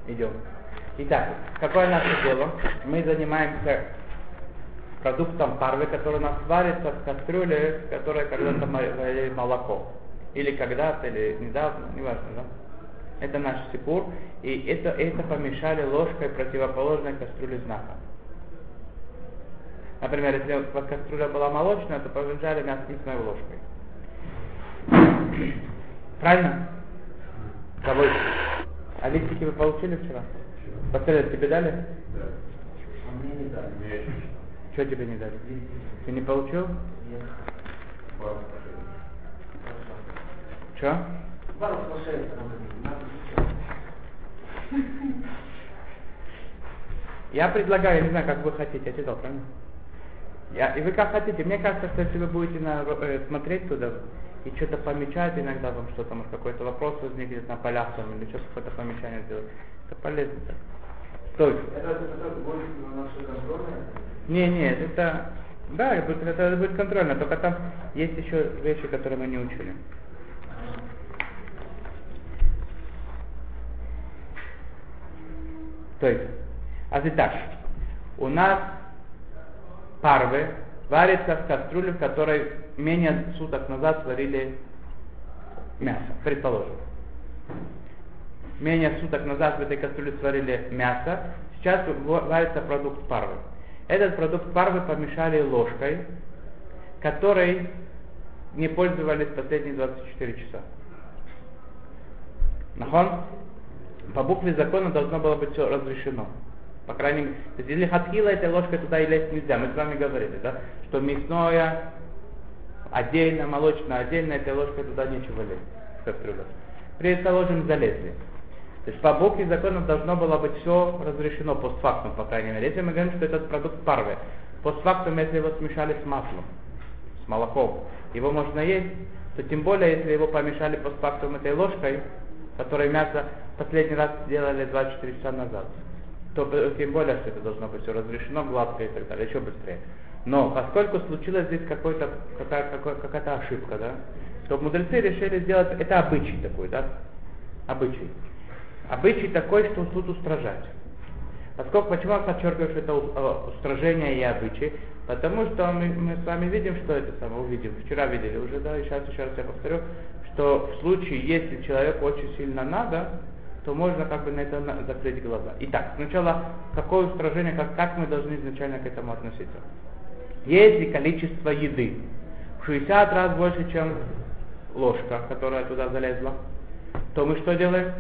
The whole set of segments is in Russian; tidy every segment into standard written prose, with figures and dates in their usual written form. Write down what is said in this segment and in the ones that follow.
Идем. Итак, какое наше дело? Мы занимаемся продуктом парвы, который у нас варится в кастрюле, в которой когда-то варили молоко. Или когда-то, или недавно, неважно, да? Это наш сипур. И это помешали ложкой противоположной кастрюле знака. Например, если кастрюля была молочная, то помешали мясной ложкой. Правильно? Кого? А листики вы получили вчера? Посмотрели, тебе дали? Да. А мне не дали. Что тебе не дали? Ты не получил? Нет. Что? Я предлагаю, я не знаю, как вы хотите, я читал, правильно? И вы как хотите. Мне кажется, что если вы будете смотреть туда и что-то помечать, иногда вам что-то, может, какой-то вопрос возникнет на полях там, или что-то какое-то помечание сделать, это полезно так. То есть. Это будет на наше контрольное? Не, это. Да, это будет контрольно, только там есть еще вещи, которые мы не учили. То есть, итак, у нас парвы варится в кастрюле, в которой менее суток назад сварили мясо, предположим. Менее суток назад в этой кастрюле сварили мясо, сейчас варится продукт парвы. Этот продукт парвы помешали ложкой, которой не пользовались последние 24 часа. Нахон? По букве закона должно было быть все разрешено. По крайней мере, то есть, если хатхила этой ложкой туда и лезть нельзя. Мы с вами говорили, да, что мясное отдельно, молочное отдельно, этой ложкой туда нечего лезть в кастрюлю. Предположим, залезли. То есть по букве закона должно было быть все разрешено постфактум, по крайней мере. Если мы говорим, что этот продукт парвы, постфактум, если его смешали с маслом, с молоком, его можно есть, то тем более, если его помешали постфактум этой ложкой, которой мясо последний раз делали 24 часа назад, то тем более, что это должно быть все разрешено, гладко и так далее, еще быстрее. Но поскольку случилась здесь какая-то ошибка, да, то мудрецы решили сделать, это обычай такой, да, обычай. Обычай такой, что тут устражать. Поскольку, почему я подчеркиваю, что это устражение и обычай? Потому что мы с вами видим, что это самое увидим. Вчера видели уже, да, и сейчас еще раз я повторю, что в случае, если человеку очень сильно надо, то можно как бы на это закрыть глаза. Итак, сначала, какое устражение, как мы должны изначально к этому относиться? Если количество еды в 60 раз больше, чем ложка, которая туда залезла, то мы что делаем?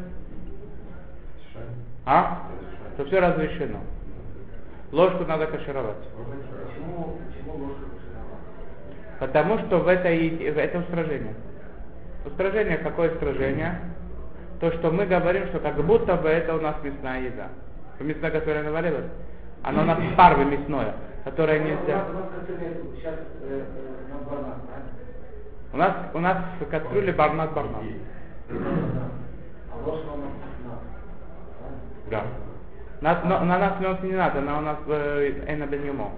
То все разрешено. Ложку надо кашировать. Почему ложку кашировать? Потому что это устражение. Устражение, какое устражение? То, что мы говорим, что как будто бы это у нас мясная еда. Мясная, которая наварилась, она у нас парвы мясное, которое нельзя. Сейчас на барнак, правильно? У нас в кастрюле барнак. А ложка у нас да. На нас мясо не надо, она у нас эна бенюмо.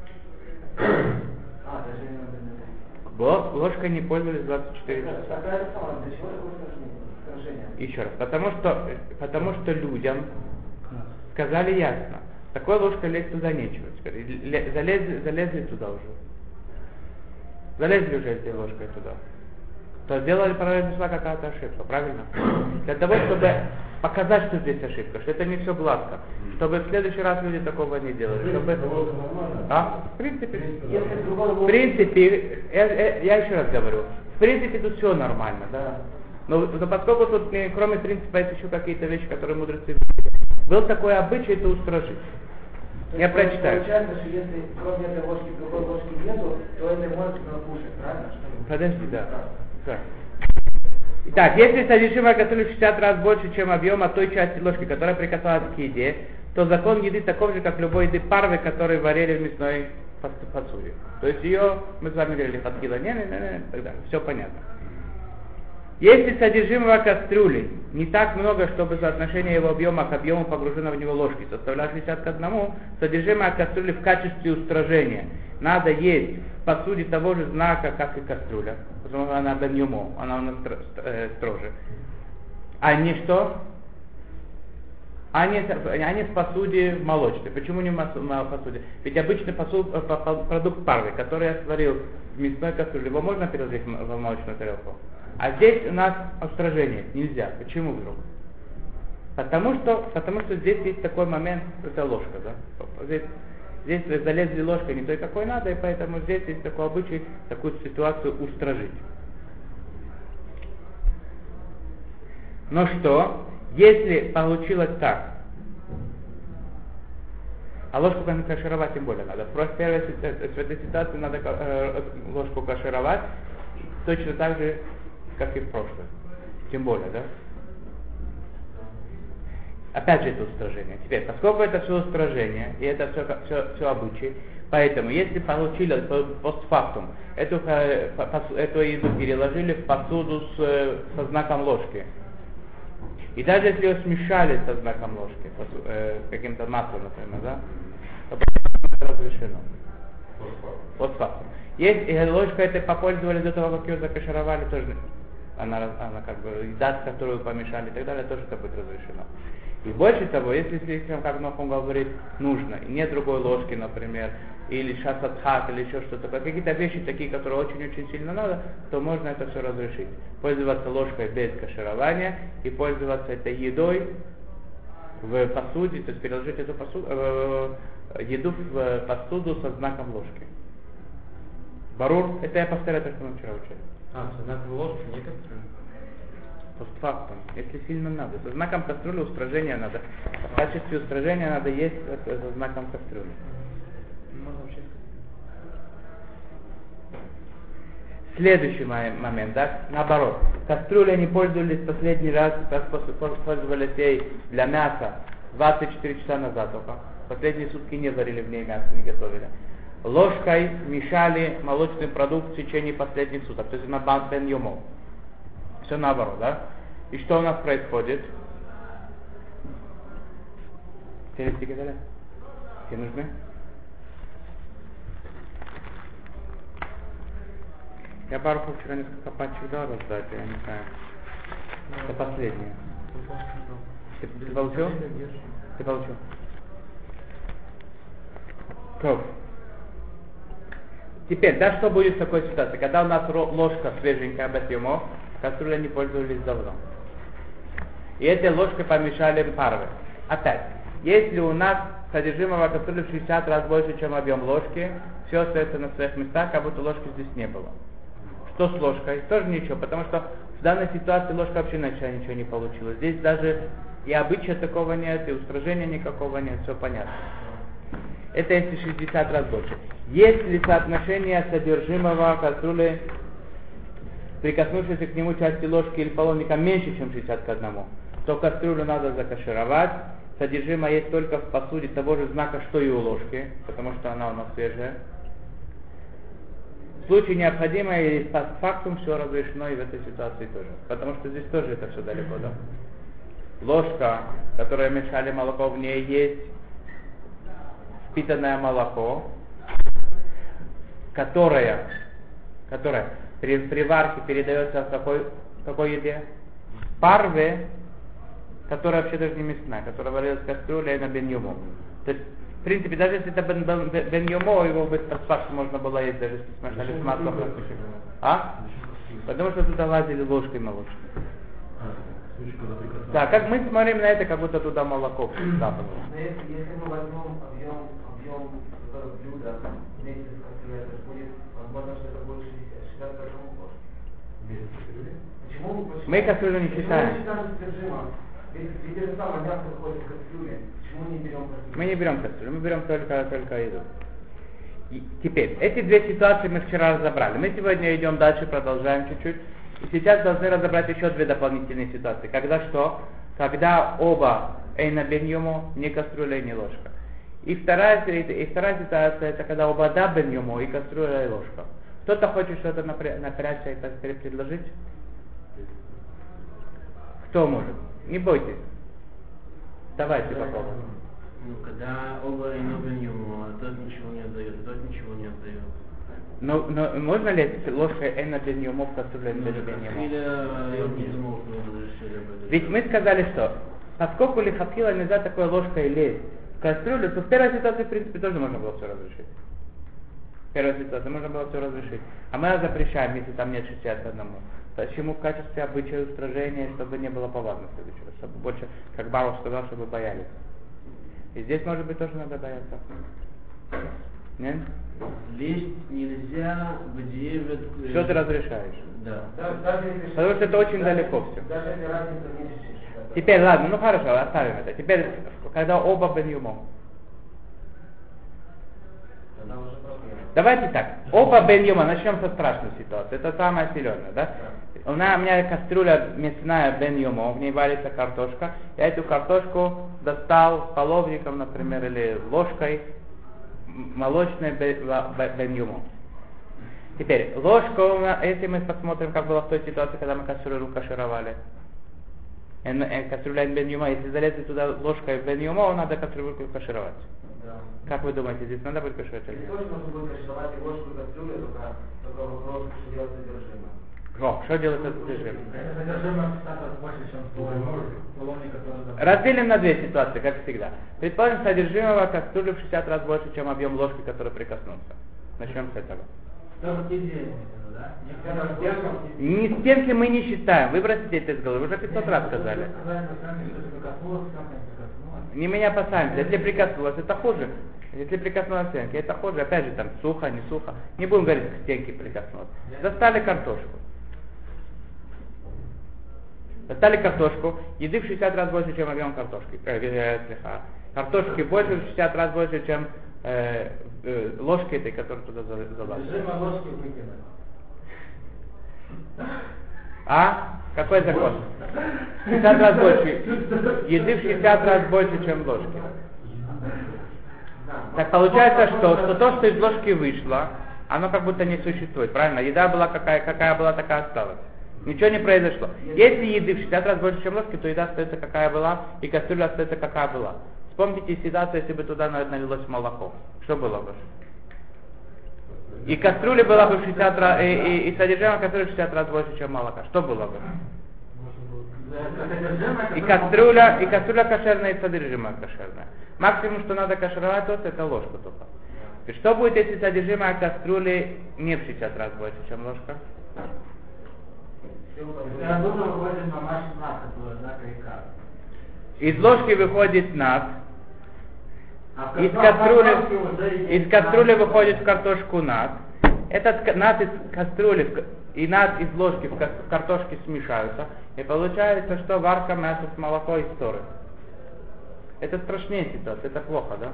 Даже эна бенюмо. Ложкой не пользовались 24 часа. Какая самая, для чего такое устражение? Еще раз, потому что людям сказали ясно, такой ложкой лезть туда нечего. Теперь залезли туда уже. Залезли уже этой ложкой туда. То сделали, произошла какая-то ошибка, правильно? Для того, чтобы показать, что здесь ошибка, что это не все гладко, чтобы в следующий раз люди такого не делали. Чтобы... В принципе, я еще раз говорю, в принципе тут все нормально, да. Но поскольку тут, кроме принципа, есть еще какие-то вещи, которые мудрецы был такой обычай, это устражить. Я прочитаю. Получается, что если кроме этой ложки другой ложки нету, то это можно кушать, правильно? Подожди, да. Итак, если содержимое кастрюли в 60 раз больше, чем объем от той части ложки, которая прикасалась к еде, то закон еды таков же, как любой еды парвы, которые варили в мясной посуде. То есть ее, мы с вами говорили, хатхила, не, так далее. Все понятно. Если содержимого кастрюли не так много, чтобы соотношение его объема к объему погруженного в него ложки составляло 60 к 1, содержимое кастрюли в качестве устражения надо есть в посуде того же знака, как и кастрюля. Потому что она она у нас строже. А не что? они в посуде молочной. Почему не в посуде? Ведь обычный продукт парвы, который я сварил в мясной кастрюле, его можно переложить в молочную тарелку? А здесь у нас устражение, нельзя. Почему вдруг? Потому что здесь есть такой момент, это ложка, да? Здесь залезли ложкой не той, какой надо, и поэтому здесь есть такой обычай, такую ситуацию устражить. Но что, если получилось так, а ложку кашировать тем более надо. В этой ситуации надо ложку кашировать точно так же, как и в прошлом. Тем более, да? Опять же это устражение. Теперь, поскольку это все устражение, и это все обычаи, поэтому, если получили постфактум, эту еду переложили в посуду со знаком ложки, и даже если ее смешали со знаком ложки, каким-то маслом, например, да, то это разрешено. Постфактум. Если ложка этой попользовались до того, как ее закашировали, тоже она как бы, еда, которую помешали и так далее, тоже это будет разрешено. И больше того, если слишком, как Нохум говорит, нужно, и нет другой ложки, например, или шасадхат, или еще что-то, какие-то вещи такие, которые очень-очень сильно надо, то можно это все разрешить. Пользоваться ложкой без каширования и пользоваться этой едой в посуде, то есть переложить эту еду в посуду со знаком ложки. Барур, это я повторяю то, что мы вчера учили. Со знаком ложки не кастрюля? Постфактум, если сильно надо. Со знаком кастрюли устражения надо. В качестве устражения надо есть со знаком кастрюли. Можно вообще Следующий момент, да, наоборот. Кастрюли они пользовались последний раз, пользовались ей для мяса 24 часа назад только. Последние сутки не варили в ней мясо, не готовили. Ложкой мешали молочный продукт в течение последних суток, то есть на бен йомов. Все наоборот, да? И что у нас происходит? Все листики дали? Все нужны? Я Баруху вчера несколько пачек дал раздать, я не знаю. Это последнее. Ты получил? Ты получил? Топ. Теперь, да, что будет в такой ситуации? Когда у нас ложка свеженькая, бетюмо, кастрюля не пользовались давно. И этой ложкой помешали парвы. Опять, если у нас содержимого кастрюли в 60 раз больше, чем объем ложки, все остается на своих местах, как будто ложки здесь не было. Что с ложкой? Тоже ничего, потому что в данной ситуации ложка вообще ничего не получилось. Здесь даже и обычая такого нет, и устражения никакого нет, все понятно. Это если 60 раз больше. Если соотношение содержимого кастрюли, прикоснувшейся к нему части ложки или половника, меньше, чем 60 к 1, то кастрюлю надо закашировать. Содержимое есть только в посуде того же знака, что и у ложки, потому что она у нас свежая. В случае необходимо или постфактум все разрешено и в этой ситуации тоже. Потому что здесь тоже это все далеко, да? Ложка, которая мешали молоко, в ней есть впитанное молоко, которое при варке передается в какой еде? Парве, которая вообще даже не мясная, которая варилась в кастрюле и на бен-йомо. То есть, в принципе, даже если это бен-йомо, его бы постфактум можно было есть, даже если смешали с маслом. А? Потому что туда лазили ложкой молочной. Да, как мы смотрим на это, как будто туда молоко капало. Если мы возьмем объем блюда вместе с кастрюлей, это будет, возможно, что это будет 60 граммов ложки. Вместе с кастрюлей? Почему? Мы кастрюлю не считаем. Мы считаем содержимое. Ведь это самое мясо входит в кастрюлю. Почему не берем кастрюлю? Мы не берем кастрюлю, мы берем только еду. И теперь, эти две ситуации мы вчера разобрали. Мы сегодня идем дальше, продолжаем чуть-чуть. И сейчас должны разобрать еще две дополнительные ситуации. Когда что? Когда оба эйна бен йомо, не кастрюля и не ложка. И вторая ситуация, это когда оба да бен йомо, и кастрюля и ложка. Кто-то хочет что-то напрячься и предложить? Кто может? Не бойтесь. Давайте попробуем. Ну, когда оба эйна бен йомо, тот ничего не отдает, тот ничего не отдает. Но можно ли ложкой эйна бен йомо в кастрюлю без бен йомо? Ведь мы сказали, что поскольку лихатхила нельзя такой ложкой лезть в кастрюлю, то в первой ситуации, в принципе, тоже можно было все разрешить. В первой ситуации можно было все разрешить. А мы запрещаем, если там нет 61. Почему? В качестве обычая устражения, чтобы не было повадно в следующий раз. Чтобы больше, как Барух сказал, чтобы боялись. И здесь, может быть, тоже надо бояться. Нет? Лезть нельзя, бдиевет... Все ты разрешаешь. Да. Даже если... Потому что это очень далеко все. Даже если разница меньше, чем 60. Теперь, ладно, ну хорошо, оставим это. Теперь, когда оба бен юмом. Тогда уже проблема. Давайте так, оба бен юма, начнем со страшной ситуации. Это самое сильное, да? У меня кастрюля мясная бен юмо, в ней варится картошка. Я эту картошку достал половником, например, или ложкой молочной бен юмо. Теперь, ложка, если мы посмотрим, как было в той ситуации, когда мы кастрюлю кашировали. Кастрюля бен юмо, если залезть туда ложкой бен юмо, надо кастрюлю кашировать. Да. Как вы думаете, здесь надо будет кашировать или Здесь нет? тоже нужно будет кашировать и ложку, и кастрюлю, только вопрос, что делать содержимое. О, что делать с содержимым? Это содержимое статус больше, чем половник, который добавляется. Разделим на две ситуации, как всегда. Предположим, содержимого кастрюли в 60 раз больше, чем объем ложки, который прикоснулся. Начнем с этого. Только идея, да? Не стенки мы не считаем. Выбросите это из головы. Уже 500 раз сказали. Не меня опасаемся. Если прикоснулось, это хуже. Если прикоснулась к стенке, это хуже. Опять же, там сухо, не сухо. Не будем говорить, к стенке прикоснулось. Достали картошку. Достали картошку. Еды в 60 раз больше, чем объем картошки. Картошки больше в 60 раз больше, чем ложки этой, которую туда заложили. Содержимое ложки выкинули. А? Какой закон? 60 раз больше. Еды в 60 раз больше, чем ложки. Так получается, что то, что из ложки вышло, оно как будто не существует. Правильно? Еда была какая была, такая осталась. Ничего не произошло. Если еды в 60 раз больше, чем ложки, то еда остается какая была, и кастрюля остается какая была. Вспомните ситуацию, если бы туда налилось молоко. Что было бы? И кастрюля была бы в 60 раз, и содержимое кастрюли в 60 раз больше, чем молока. Что было бы? И кастрюля кошерная, и содержимое кошерное. Максимум, что надо кашировать, это ложку только. И что будет, если содержимое кастрюли не в 60 раз больше, чем ложка? Из ложки выходит над. Из кастрюли выходит в картошку над. Этот над из кастрюли и над из ложки в картошке смешаются. И получается, что варка мяса с молоко и сторы. Это страшнее ситуация, это плохо, да?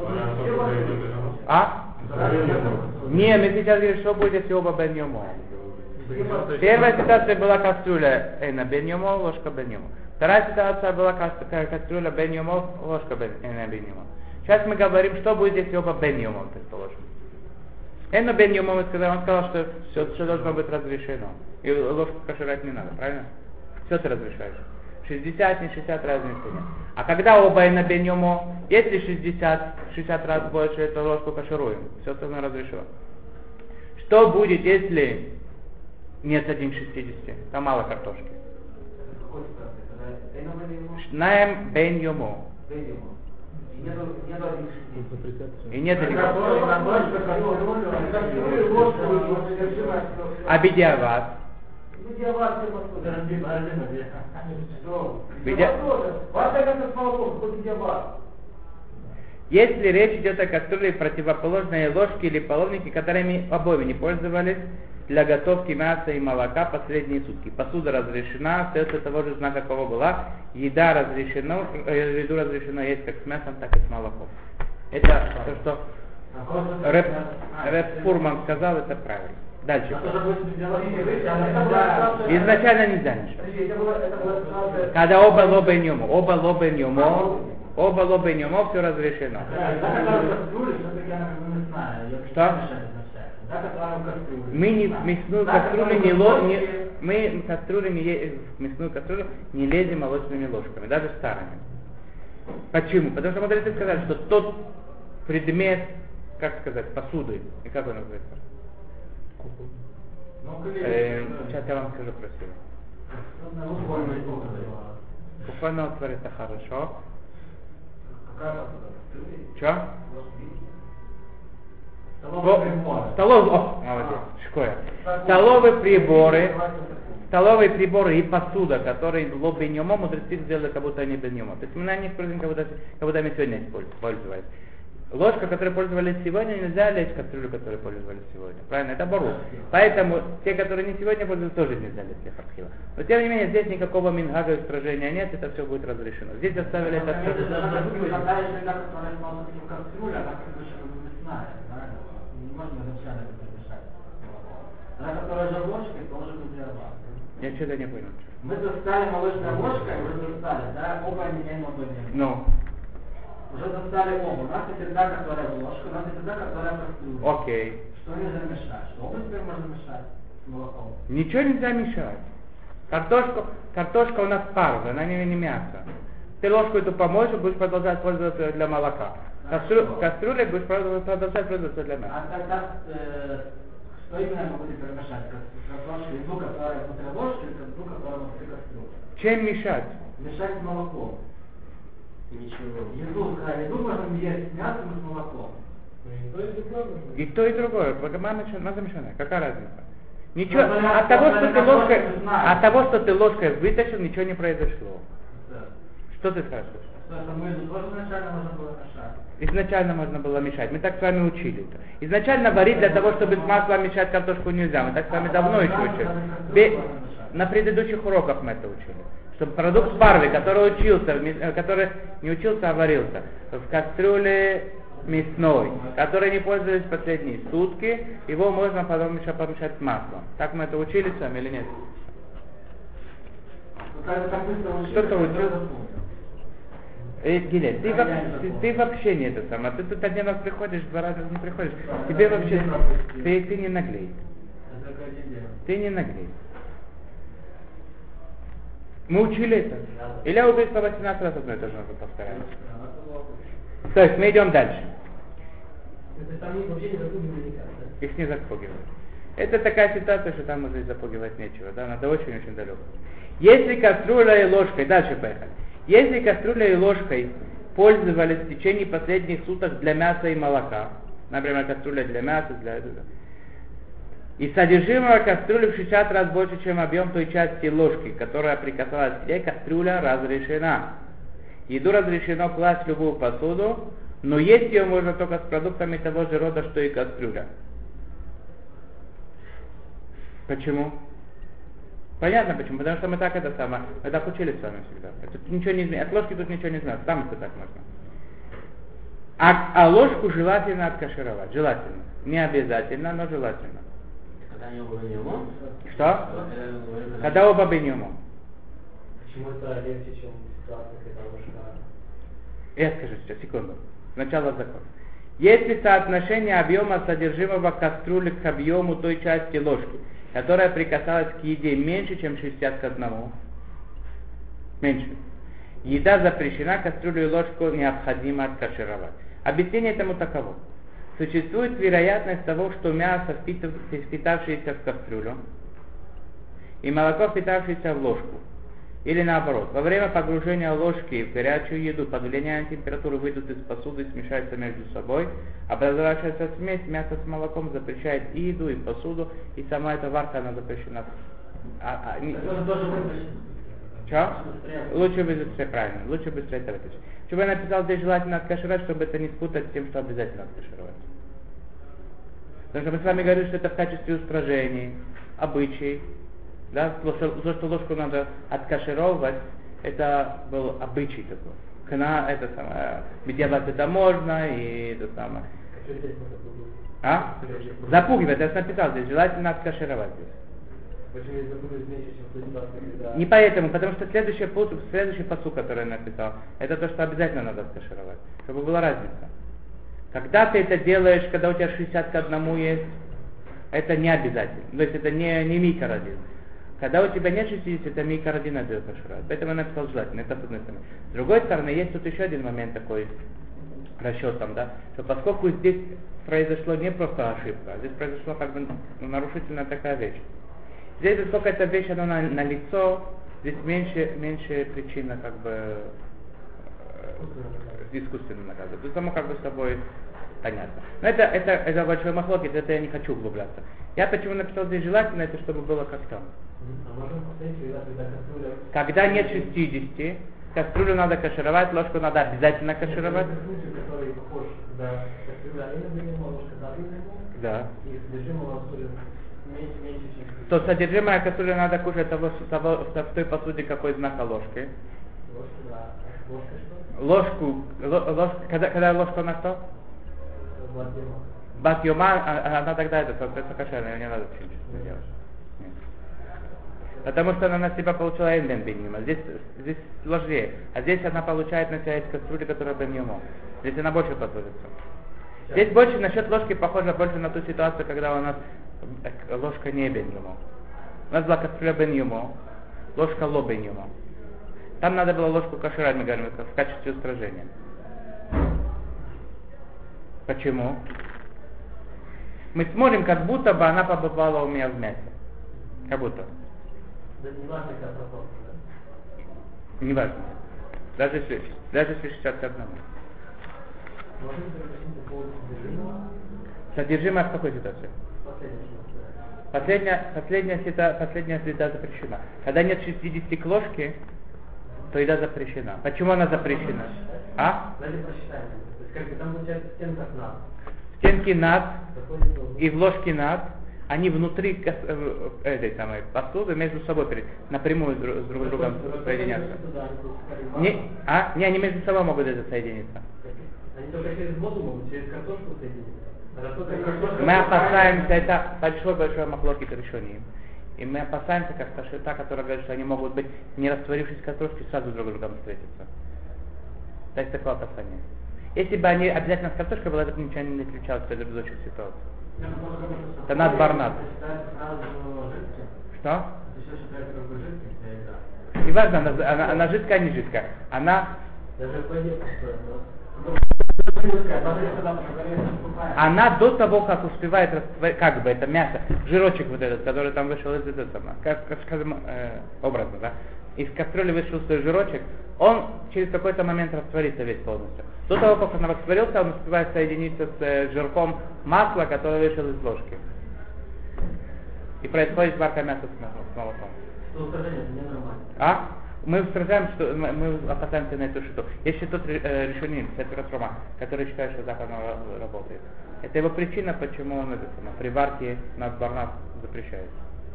А? Не, мы сейчас говорим, что будет, если оба бен йомо. Первая ситуация была кастрюля на бен йомо, ложка бен йомо. Вторая ситуация была кастрюля бен йомо, ложка бен йомо. Сейчас мы говорим, что будет, если оба бен йомо, предположим. Эно бен йомо, он сказал, что все должно быть разрешено. И ложку кашировать не надо, правильно? Все ты разрешаешь. 60, не 60, разницы нет. А когда оба на бен йомо, если 60 раз больше, то ложку кашируем. Все остальное разрешено. Что будет, если нет 1,60? Там мало картошки. Шнаем бен йомо. И нет 1,60. А бедиават? Если речь идет о кастрюле противоположной ложке или половнике, которыми обоими не пользовались для готовки мяса и молока последние сутки. Посуда разрешена, остается того же знака, какого была. Еду разрешено есть как с мясом, так и с молоком. Это то, что Рэб Фурман сказал, это правильно. Дальше. Изначально нельзя ничего. Когда оба лобен йомо, все разрешено. Что? Мы не в мясную кастрюлю в мясную кастрюлю не лезем молочными ложками, даже старыми. Почему? Потому что мудрецы сказали, что тот предмет, как сказать, посуды, и как он называется? Сейчас я вам скажу красиво. Кухонный отвар это хорошо. Какая посуда? Чё? Молодец, шкоя. Столовые приборы и посуда, которые в беньомо, мудрецы сделали, как будто они беньомо. То есть мы на них используем, как будто мы сегодня пользовались. Ложка, которой пользовались сегодня, нельзя лезть в кастрюлю, которой пользовались сегодня. Правильно? Это бару. Поэтому те, которые не сегодня пользуются, тоже нельзя лезть в хатхила. Но тем не менее, здесь никакого мингага и устражения нет, это все будет разрешено. Здесь оставили это все. Которая же ложкой, тоже консервация. Я что-то не понял. Мы достали молочной ложкой, уже достали, да? Оба не одновременно. Ну. Уже достали оба. У нас есть та, которая в ложку, у нас есть та, которая в кастрюлю. Окей. Что нельзя мешать? Что мы теперь можно мешать с молоком? Ничего нельзя мешать. Картошка у нас паровая, она не мясо. Ты ложку эту помоешь и будешь продолжать пользоваться для молока. Кастрюлей будешь продолжать пользоваться для мяса. А тогда что именно я могу теперь мешать? Картошку, еду, которая внутри ложки, или еду, которая внутри кастрюли? Чем мешать? Мешать с молоком. Ничего. Еду можно есть с мясом и с молоком. И то, и другое. Какая разница? Ничего, от того, что ты ложкой вытащил, ничего не произошло. Да. Что ты скажешь? Саму еду тоже изначально можно было мешать. Изначально можно было мешать. Мы так с вами учили. Изначально варить для того, чтобы с маслом мешать картошку нельзя. Мы так с вами давно еще учили. На предыдущих уроках мы это учили. Чтобы продукт парви, который не учился, а варился в кастрюле мясной, который не пользовались последние сутки, его можно потом еще помешать с маслом. Так мы это учили с вами или нет? Кто-то учил. Гилель, ты вообще не это самое. Ты тут один раз приходишь, два раза не приходишь. Тебе вообще... Ты не наглей. Ты не наглей. Мы учили это. Илья убийц по 18 раз одно и то же надо повторять. То есть мы идем дальше. Их не запугивают. Это такая ситуация, что там уже запугивать нечего. Да? Надо очень-очень далеко. Если кастрюля и ложкой, дальше поехали. Если кастрюля и ложкой пользовались в течение последних суток для мяса и молока, например, кастрюля для мяса, и содержимое кастрюли в 60 раз больше, чем объем той части ложки, которая прикасалась к ней, кастрюля разрешена. Еду разрешено класть в любую посуду, но есть ее можно только с продуктами того же рода, что и кастрюля. Почему? Понятно почему, потому что мы так мы так учили с вами всегда. Тут ничего не изменится, от ложки тут ничего не знаю, там это так можно. А ложку желательно откашировать, желательно. Не обязательно, но желательно. Когда не оба беньомо? Что? Когда оба беньомо. Почему это легче, чем ситуация, когда ложка? Я скажу сейчас, секунду. Сначала закон. Если соотношение объема содержимого кастрюли к объему той части ложки, которая прикасалась к еде, меньше, чем 60 к 1, меньше, еда запрещена, кастрюлю и ложку необходимо откашировать. Объяснение этому таково. Существует вероятность того, что мясо, впитавшееся в кастрюлю, и молоко, впитавшееся в ложку, или наоборот, во время погружения ложки в горячую еду под влиянием температуры выйдут из посуды и смешаются между собой, образовавшаяся смесь мяса с молоком запрещает и еду, и посуду, и сама эта варка, она запрещена. Что? Лучше быстрее, правильно, лучше быстрее торопиться. Чтобы я написал здесь желательно откашировать, чтобы это не спутать с тем, что обязательно откашировать. Потому что мы с вами говорили, что это в качестве устражений, обычай. Да, то, что ложку надо откашировать, это был обычай такой. Это самое, делать это можно, и это самое. Запугивать, я написал здесь, желательно откашировать здесь. Почему не запугивать меньше, чем ситуация, когда... Не поэтому, потому что следующий посуд, который я написал, это то, что обязательно надо откашировать, чтобы была разница. Когда ты это делаешь, когда у тебя 60 к 1 есть, это не обязательно, то есть это не микрородин. Когда у тебя нет 60, это микрородин надо откашировать. Поэтому я написал желательно, это с одной стороны. С другой стороны, есть тут еще один момент такой, расчетом, да, что поскольку здесь произошло не просто ошибка, а здесь произошла как бы нарушительная такая вещь. Здесь, поскольку эта вещь, она на лицо, Здесь меньше причина как бы искусственно наказывать. Тут само как бы с собой понятно. Но это большой махлокис, это я не хочу углубляться. Я почему написал здесь желательно, это чтобы было как там. А можем посмотреть, когда кастрюля... Когда нет 60, кастрюлю надо кашировать, ложку надо обязательно кашировать. Это случай, который похож на кастрюлю алюминиевую, ложка алюминиевую. Да. И содержимое кастрюли меньше, чем... То содержимое кастрюли надо кушать в той посуде, какой знака ложки. Ложка, да. Ложка что? Когда ложка на что? Бадьема. Бат-йома, она тогда это кошерная, ее не надо ничего делать. Нет. Потому что она на себя получила энден бен-йома. Здесь сложнее. А здесь она получает на себя из кастрюли, которая бен-йома. Здесь она больше подводится. Здесь больше насчет ложки похоже больше на ту ситуацию, когда у нас ложка не бен-йома. У нас была кастрюля бен-йома, ложка ло бен-йома. Там надо было ложку кашировать, мы говорим, в качестве устражения. Почему? Мы смотрим, как будто бы она побывала у меня в мясе. Как будто. Да не важно, какая пропорция, да? Не важно. Даже если 61. Можем переключить по поводу содержимого? Содержимое в какой ситуации? Последняя еда запрещена. Когда нет 60 к ложке, то еда запрещена. Почему она запрещена? А? Давайте просчитаем. То есть как бы там получается стенка над. Стенки над и в ложке над, они внутри этой самой посуды между собой напрямую с друг другом соединятся. Не, они между собой могут это соединиться. Они только через воду могут, через картошку соединиться. Мы опасаемся, это большой махлокит решений. И мы опасаемся, как та, которая говорит, что они могут быть, не растворившись в картошке, сразу друг с другом встретиться. То есть такое опасение. Если бы они обязательно с картошкой было, это бы ничего не исключалось в предыдущих ситуациях. Это над барнат. Что? Не важно, она жидкая, не жидкая. Она... Она до того, как успевает растворить, как бы это мясо, жирочек вот этот, который там вышел из этого самого, скажем, образно, да, из кастрюли вышел свой жирочек, он через какой-то момент растворится весь полностью. До того, как он растворился, он успевает соединиться с жирком масла, который вышел из ложки. И происходит варка мяса с молоком. Что устражение, это ненормально. А? Мы устражаем, что мы опасаемся на эту штуку. Есть тот решение, Сеферотрома, который считает, что так оно работает. Это его причина, почему он при варке над барнат запрещается.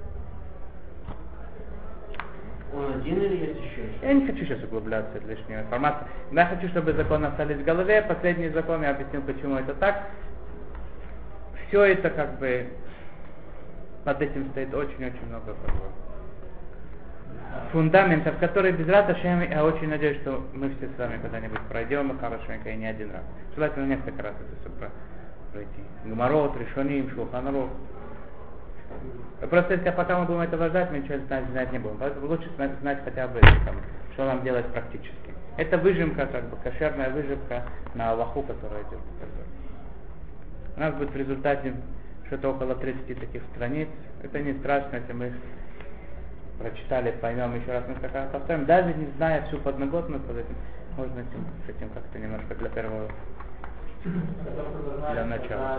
Он один или есть еще? Я не хочу сейчас углубляться в лишнюю информацию. Я хочу, чтобы законы остались в голове. Последний закон, я объяснил, почему это так. Все это как бы под этим стоит очень-очень много фундаментов, которые без рата Шем, я очень надеюсь, что мы все с вами когда-нибудь пройдем их хорошенько и не один раз. Желательно несколько раз это все пройти. Гмарот, Решоним, Шулхан Арух. Просто если пока мы будем этого ждать, мы ничего знать не будем. Поэтому лучше знать хотя бы что нам делать практически. Это выжимка, как бы кошерная выжимка на Аллаху, которая идет. У нас будет в результате что-то около 30 таких страниц. Это не страшно, если мы прочитали, поймем еще раз несколько раз повторим. Даже не зная всю подноготную под этим, можно с этим как-то немножко для первого, для начала.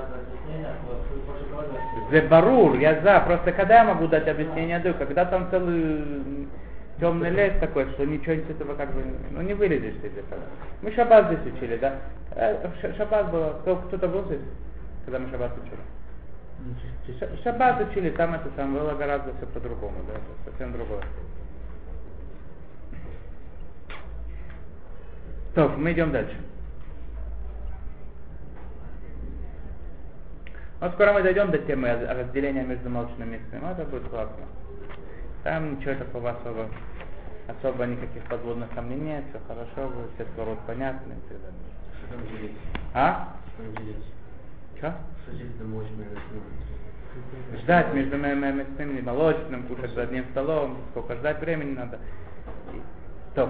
Зебарур, я за. Просто когда я могу дать объяснение, даю, когда там целый темный лес такой, что ничего из этого как бы, не вылезешь из этого. Мы шаббат здесь учили, да? Шаббат было, кто-то был здесь, когда мы шаббат учили? Шаббат учили, там это там было гораздо все по-другому, да, это совсем другое. Так, мы идем дальше. Вот скоро мы дойдем до темы разделения между молочным и мясным, это будет классно. Там ничего такого особо никаких подводных камней нет, все хорошо будет, все сворот понятны и так далее. Что там делить? А? Что там делить? Что? Что делить на молочное и мясное? Ждать между мясным и молочным, кушать за одним столом, сколько ждать времени надо. Стоп.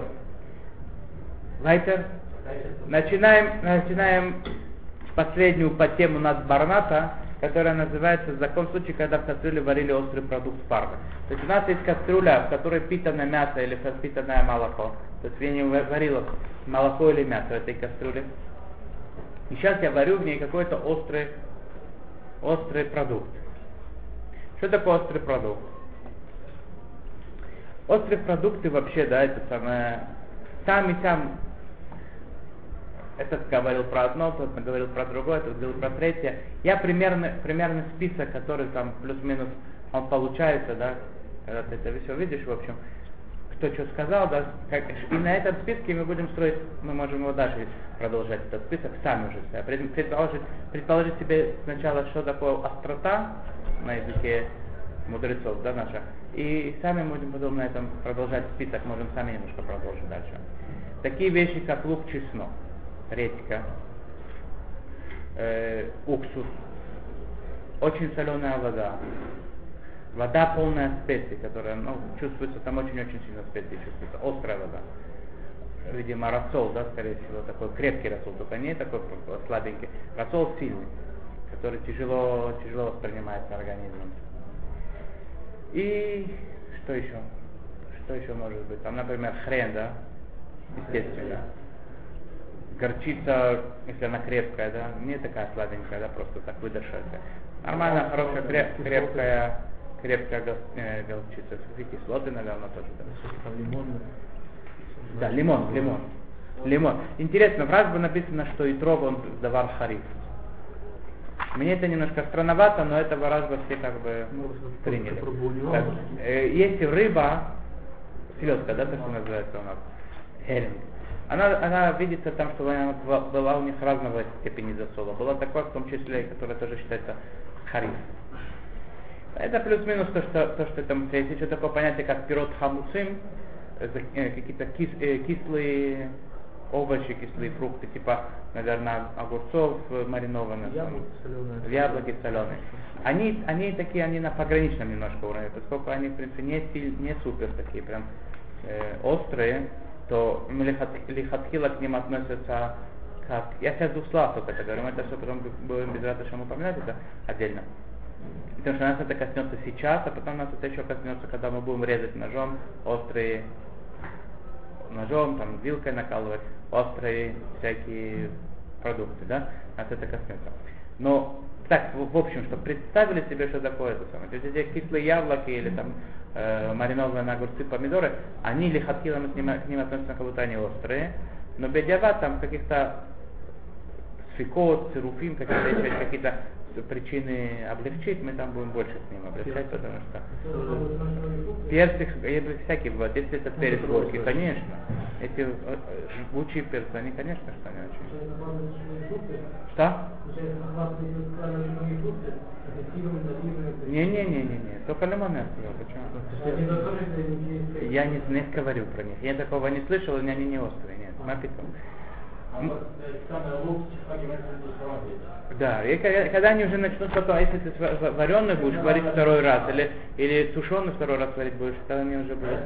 Вайтер. Начинаем последнюю по тему над барната, которая называется закон в случае, когда в кастрюле варили острый продукт парвы. То есть у нас есть кастрюля, в которой питано мясо или питанное молоко. То есть я не варила молоко или мясо в этой кастрюле. И сейчас я варю в ней какой-то острый продукт. Что такое острый продукт? Острые продукты вообще, да, это самое, сам, этот говорил про одно, тот говорил про другое, тот говорил про третье. Я примерный список, который там плюс-минус, он получается, да, когда ты это все видишь, в общем, кто что сказал, да, и на этом списке мы будем строить, мы можем его дальше продолжать, этот список, сами уже, предположить себе сначала, что такое острота на языке мудрецов, да, наша. И сами будем потом на этом продолжать список, можем сами немножко продолжить дальше. Такие вещи, как лук, чеснок, редька, уксус, очень соленая вода полная специй, которая, чувствуется, там очень-очень сильно специи чувствуется, острая вода. Видимо, рассол, да, скорее всего, такой крепкий рассол, только не такой слабенький. Рассол сильный, который тяжело воспринимается организмом. И что еще? Что еще может быть? Там, например, хрен, да? Естественно. Горчица, если она крепкая, да, не такая сладенькая, да, просто так выдерживается. Нормальная, хорошая, крепкая горчица. Кислоты, наверное, тоже, да. Лимон. Да, лимон. Интересно, в Рашбе написано, что итрог он давар хариф. Мне это немножко странновато, но это в Рашбе все как бы приняли. Так, если рыба, селедка, да, то, что называется у нас, херинг, она видится там, что она была у них разного степени засола. Была такая, в том числе, которая тоже считается хариф. Это плюс-минус то, что там есть еще такое понятие, как пирот хамуцим, какие-то кислые овощи, кислые фрукты, типа, наверное, огурцов маринованных, яблоки соленые. Они такие, они на пограничном немножко уровне, поскольку они, в принципе, не супер такие, прям острые, то лихатхила к ним относятся как... Я сейчас в двух словах только это говорю, мы это все потом будем без радости упоминать, это отдельно. Потому что нас это коснется сейчас, а потом нас это еще коснется, когда мы будем резать ножом, там, вилкой накалывать, острые всякие продукты, да, нас это коснется. Но так, в общем, чтобы представили себе, что такое это самое. То есть эти кислые яблоки или там маринованные огурцы, помидоры, они лихатхилом к ним относятся, как будто они острые, но бедява там каких-то сфикот, цируфим, какие-то причины облегчить, мы там будем больше к ним облегчать, потому что персик, всякие бывают, если это перец горький, конечно, эти жгучие перцы, они, конечно, что не очень. Что? Не, только лимон я сказал, почему? Я не говорил про них, я такого не слышал, и они не острые, нет, написано. Да, и когда они уже начнут потом, если ты вареный будешь варить второй раз, или сушеный второй раз варить будешь, тогда они уже будут.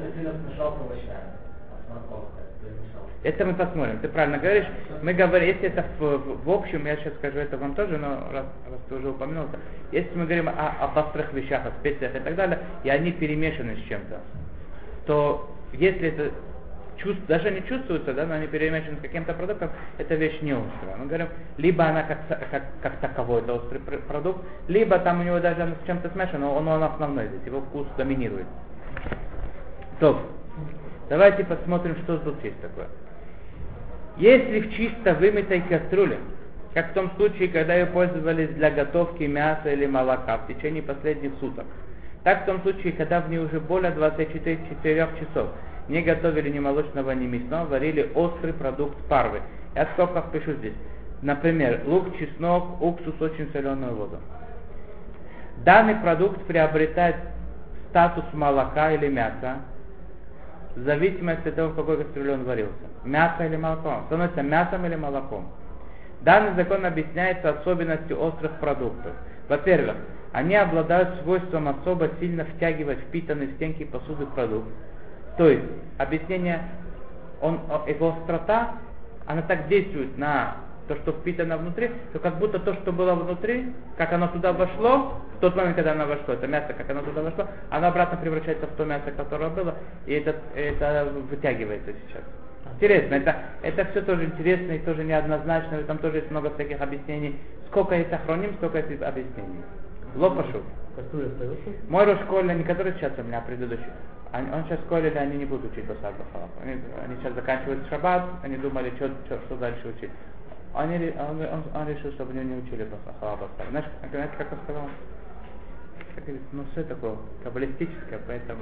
Это мы посмотрим, ты правильно говоришь. Мы говорим, если это в общем, я сейчас скажу это вам тоже, но раз ты уже упомянул это, если мы говорим об острых вещах, о специях и так далее, и они перемешаны с чем-то, то если это даже не чувствуется, да, но они перемешаны с каким-то продуктом, эта вещь не острая. Мы говорим, либо она как таковой, это острый продукт, либо там у него даже с чем-то смешано, но он основной здесь, его вкус доминирует. То, давайте посмотрим, что тут есть такое. Если в чисто вымытой кастрюле, как в том случае, когда ее пользовались для готовки мяса или молока в течение последних суток, так в том случае, когда в ней уже более 24 часов не готовили ни молочного, ни мясного, варили острый продукт парвы. Я в скобках пишу здесь. Например, лук, чеснок, уксус, очень соленую воду. Данный продукт приобретает статус молока или мяса, в зависимости от того, в какой кастрюле он варился. Мясо или молоко. Он становится мясом или молоком. Данный закон объясняется особенностью острых продуктов. Во-первых, они обладают свойством особо сильно втягивать впитанный в стенки посуды продукт. То есть, объяснение, его острота, она так действует на то, что впитано внутри, то как будто то, что было внутри, как оно туда вошло, в тот момент, когда оно вошло, это мясо, как оно туда вошло, оно обратно превращается в то мясо, которое было, и это вытягивается сейчас. Интересно, это все тоже интересно и тоже неоднозначно, там тоже есть много всяких объяснений. Сколько есть охроним, столько есть объяснений. Лоб пошел. Мой Рошколь, они которые сейчас у меня предыдущий, он сейчас в школе, они не будут учить басар бахалав. Они сейчас заканчивают шаббат, они думали, что дальше учить. Он решил, чтобы они не учили бахалав басар. Знаешь, как он сказал? Как говорит, ну все такое каббалистическое, поэтому...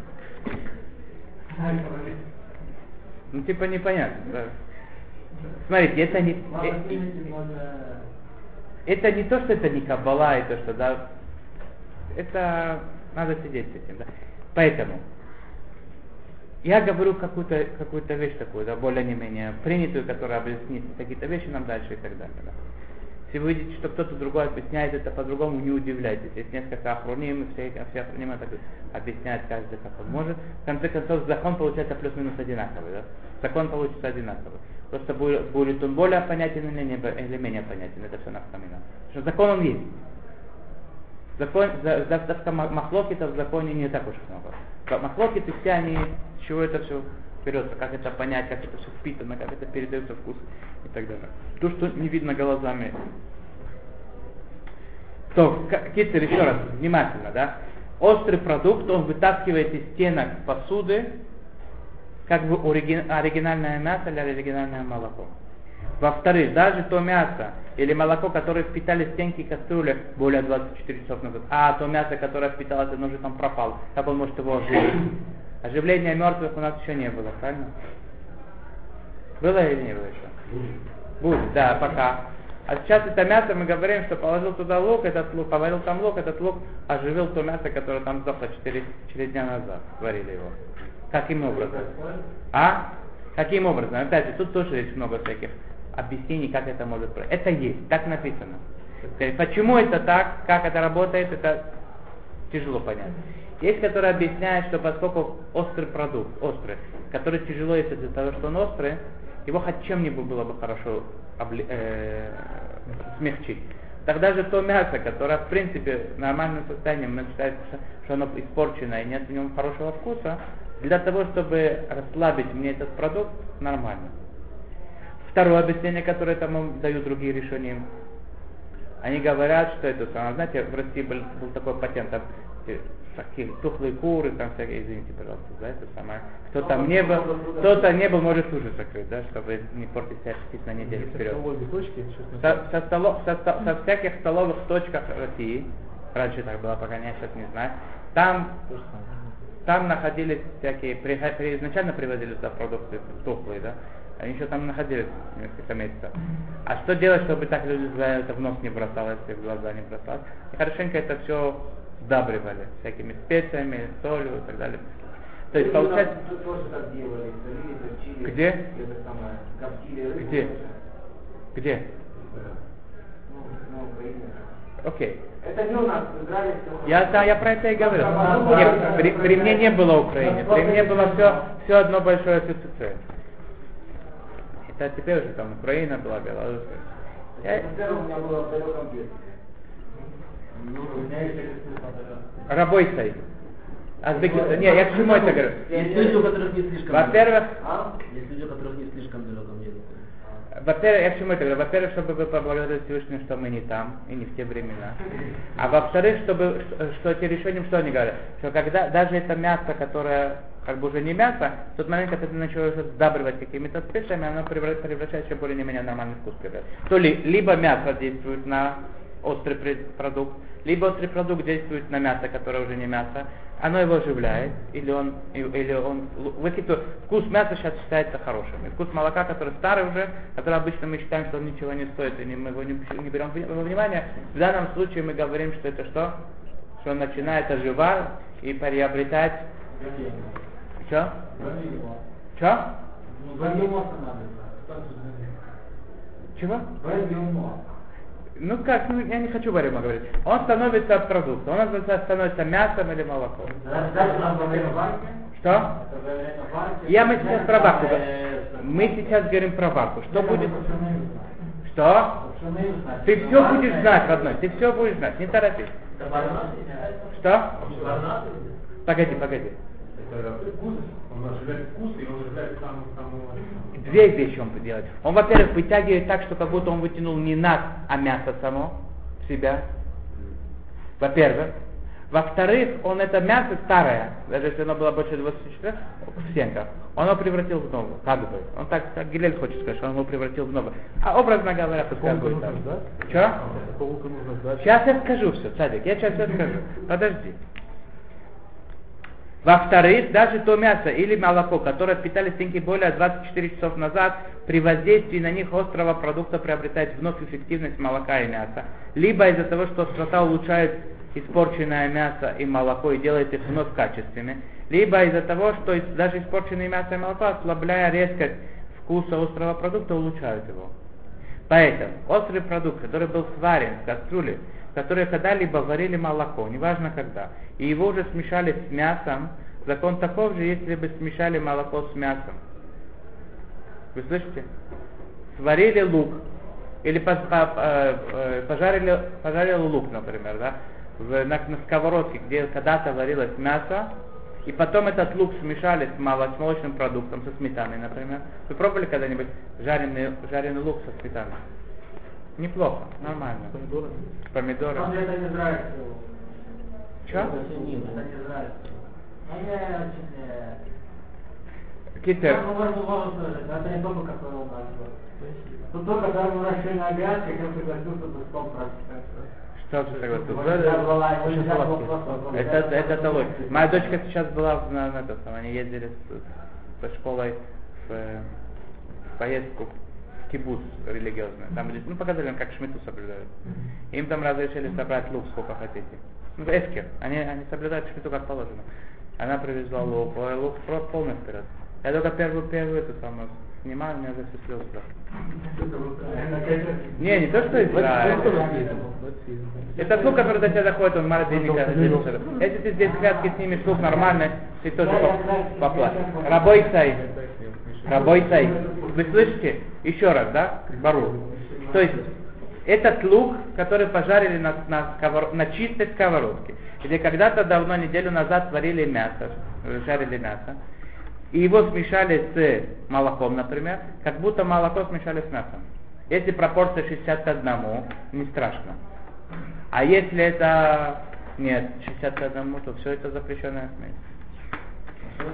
Ну типа непонятно, да. Смотрите, это не то, что это не каббала, это что, да, это надо сидеть с этим, да. Поэтому я говорю какую-то вещь такую, да, более-менее принятую, которая объяснит какие-то вещи нам дальше и так далее, да. Если вы видите, что кто-то другой объясняет это по-другому, не удивляйтесь. Есть несколько охроним, все охронимы так объясняют каждый, как он может. В конце концов, закон получается плюс-минус одинаковый, да? Закон получится одинаковый. Просто будет он более понятен или менее понятен, это все навкамина. Потому что закон он есть. Махлокитов в законе не так уж много. Махлокиты все они, с чего это все берется, как это понять, как это все впитано, как это передается вкус и так далее. То, что не видно глазами. То, Китер, еще раз, внимательно, да. Острый продукт, он вытаскивает из стенок посуды, как бы оригинальное мясо или оригинальное молоко. Во-вторых, даже то мясо или молоко, которое впитали стенки кастрюли более 24 часов назад, а то мясо, которое впиталось, оно уже там пропало, как он может его оживить? Оживления мертвых у нас еще не было, правильно? Было или не было еще? Будет, да, пока. А сейчас это мясо, мы говорим, что положил туда лук, этот лук, поварил там лук, этот лук оживил то мясо, которое там сдохло 4 дня назад, сварили его. Каким образом? А? Каким образом? Опять же, тут тоже есть много всяких объяснений, как это может быть. Это есть, так написано. Почему это так, как это работает, это тяжело понять. Есть, которые объясняют, что поскольку острый продукт, который тяжело есть из-за того, что он острый, его хоть чем-нибудь было бы хорошо смягчить. Тогда же то мясо, которое в принципе в нормальном состоянии, мы считаем, что оно испорчено и нет в нем хорошего вкуса, для того, чтобы расслабить мне этот продукт, нормально. Второе объяснение, которое там дают другие решения, они говорят, что это самое, знаете, в России был такой патент, там такие тухлые куры, там всякие, извините, пожалуйста, да, это самое. Кто-то не был, может ужас закрыть, да, чтобы не портить себя аппетит на неделю вперед. Со всяких столовых точках России, раньше так было, пока я сейчас не знаю, там находились всякие, изначально привозили туда продукты тухлые, да, они еще там находились несколько месяцев. А что делать, чтобы так люди это в нос не бросалось, и в глаза не бросалось? И хорошенько это все сдабривали всякими специями, солью и так далее. То есть получается... Где? Где? Окей. Это не у нас, в Израиле все. Я про это и говорил. Нет, при мне не было Украины. При мне было все одно большое СССР. Это теперь уже там Украина была, Беларусь. У меня было в далеком детстве. Рабой стоит. Не, я к чему это говорю? Есть люди, у которых не слишком. Во-первых, есть люди, у которых не слишком далеком детстве. Во-первых, я к чему это говорю? Во-первых, чтобы вы поблагодарили Всевышнего, что мы не там и не в те времена. А во-вторых, что эти решения, что они говорят? Что когда даже это мясо, которое как бы уже не мясо, в тот момент, когда ты начинаешь сдабривать какими-то специями, оно превращается в более-менее нормальный вкус. То либо мясо действует на острый продукт, либо острый продукт действует на мясо, которое уже не мясо, оно его оживляет, или он вкус мяса сейчас считается хорошим. И вкус молока, который старый уже, который обычно мы считаем, что он ничего не стоит, и мы его не берем во внимание, в данном случае мы говорим, что это что? Что он начинает оживать и приобретать... Что? Что? Чего? Ну как, я не хочу варимо говорить. Он становится от продукта. Он становится мясом или молоком. Что? Мы сейчас про варку. Мы сейчас говорим про варку. Что будет? Что? Ты все будешь знать, родной, ты все будешь знать, не торопись. Что? Погоди. Это вкус, он оживляет вкус, и он оживляет самого... Две вещи он делает. Он, во-первых, вытягивает так, что как будто он вытянул не нас, а мясо само в себя. Во-первых. Во-вторых, он это мясо старое, даже если оно было больше 24 в стенках, он его превратил в новое, как бы. Он так Гилель хочет сказать, что он его превратил в новое. А образно говоря, пускай будет так. Че? Сейчас я скажу все, Цадик, я сейчас все скажу. Подожди. Во-вторых, даже то мясо или молоко, которое впитали стенки более 24 часов назад, при воздействии на них острого продукта приобретает вновь эффективность молока и мяса. Либо из-за того, что острота улучшает испорченное мясо и молоко и делает их вновь качественными. Либо из-за того, что даже испорченное мясо и молоко, ослабляя резкость вкуса острого продукта, улучшают его. Поэтому острый продукт, который был сварен в кастрюле, в которой когда-либо варили молоко, неважно когда, и его уже смешали с мясом, закон таков же, если бы смешали молоко с мясом. Вы слышите? Сварили лук, или пожарили лук, например, да, на сковородке, где когда-то варилось мясо, и потом этот лук смешали с молочным продуктом, со сметаной, например. Вы пробовали когда-нибудь жареный лук со сметаной? Неплохо, нормально. С помидорами. Он это не нравится. Че? Это не нравится. Китер. Это не только который у нас был. Тут только когда мы нашли на грядке, я пригласился до 100%. Что ты согласился? Это толок. Моя дочка сейчас была на этом, они ездили со школой в поездку в кибуц религиозную. Там показали им, как шмиту соблюдают. Им там разрешили собрать лук, сколько хотите. Эскер. Они соблюдают шмиту как положено. Она привезла лук просто полный вперед. Я только первую эту самую снимаю, у меня уже все слезы. Не то, что Израиль. Это лук, который до тебя доходит, он морозильника. Если ты здесь грядки снимешь лук нормально, ты тоже поплачешь. Рабой-сай. Вы слышите? Еще раз, да? Бару. То есть, этот лук, который пожарили на чистой сковородке, где когда-то давно, неделю назад жарили мясо, и его смешали с молоком, например, как будто молоко смешали с мясом. Если пропорция 60 к 1, не страшно. А если это нет, 60 к 1, то все это запрещенная смесь.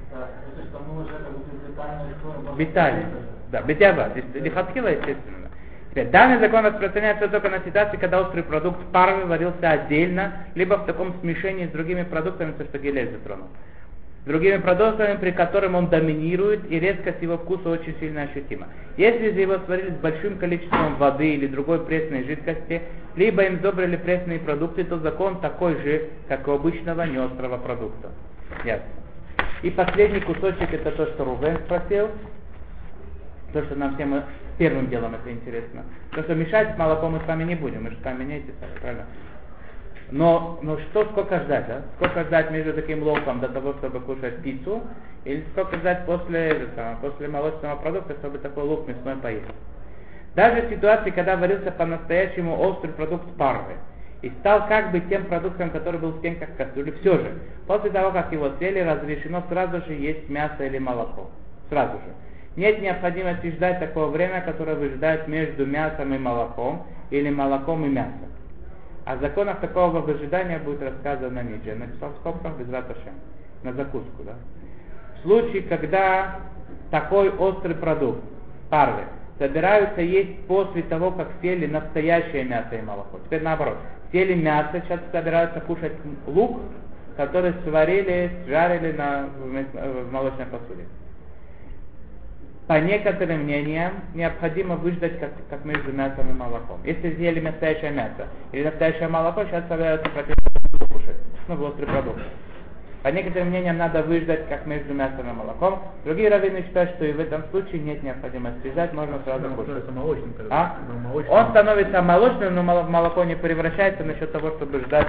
Виталий. Да, бедява. Лихатхила, естественно. Теперь, данный закон распространяется только на ситуации, когда острый продукт парвы варился отдельно, либо в таком смешении с другими продуктами, то, что Гилель затронул. Другими продуктами, при котором он доминирует, и резкость его вкуса очень сильно ощутима. Если же его сварили с большим количеством воды или другой пресной жидкости, либо им сдобрили пресные продукты, то закон такой же, как у обычного неострого продукта. Ясно. И последний кусочек, это то, что Рувен спросил, то, что нам всем первым делом это интересно. То, что мешать с молоком мы с вами не будем, мы же с вами не эти, правильно? Но сколько ждать, да? Сколько ждать между таким луком до того, чтобы кушать пиццу, или сколько ждать после молочного продукта, чтобы такой лук мясной поесть? Даже в ситуации, когда варился по-настоящему острый продукт парвы, и стал как бы тем продуктом, который был в стенках кастрюли, все же, после того, как его съели, разрешено сразу же есть мясо или молоко. Сразу же. Нет необходимости ждать такого времени, которое выжидает между мясом и молоком, или молоком и мясом. О законах такого выжидания будет рассказано ниже. Я написал в скобках без раташем. На закуску, да? В случае, когда такой острый продукт, парвы, собираются есть после того, как съели настоящее мясо и молоко. Теперь наоборот. Съели мясо, сейчас собираются кушать лук, который жарили в молочной посуде. По некоторым мнениям, необходимо выждать как между мясом и молоком. Если съели настоящее мясо или настоящее молоко, сейчас собираются кушать. Острый продукт. По некоторым мнениям, надо выждать как между мясом и молоком. Другие раввины считают, что и в этом случае нет необходимости ждать, можно сразу кушать. Он становится молочным, но молоко не превращается насчет того, чтобы ждать.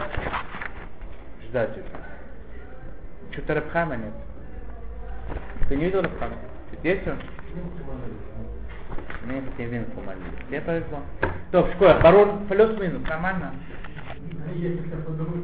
Что-то Рабхама нет. Ты не видел Рабхама? Есть он? Вместе винку молились. Тебе повезло. То, школа, барон плюс-минус, нормально? Если я подумаю,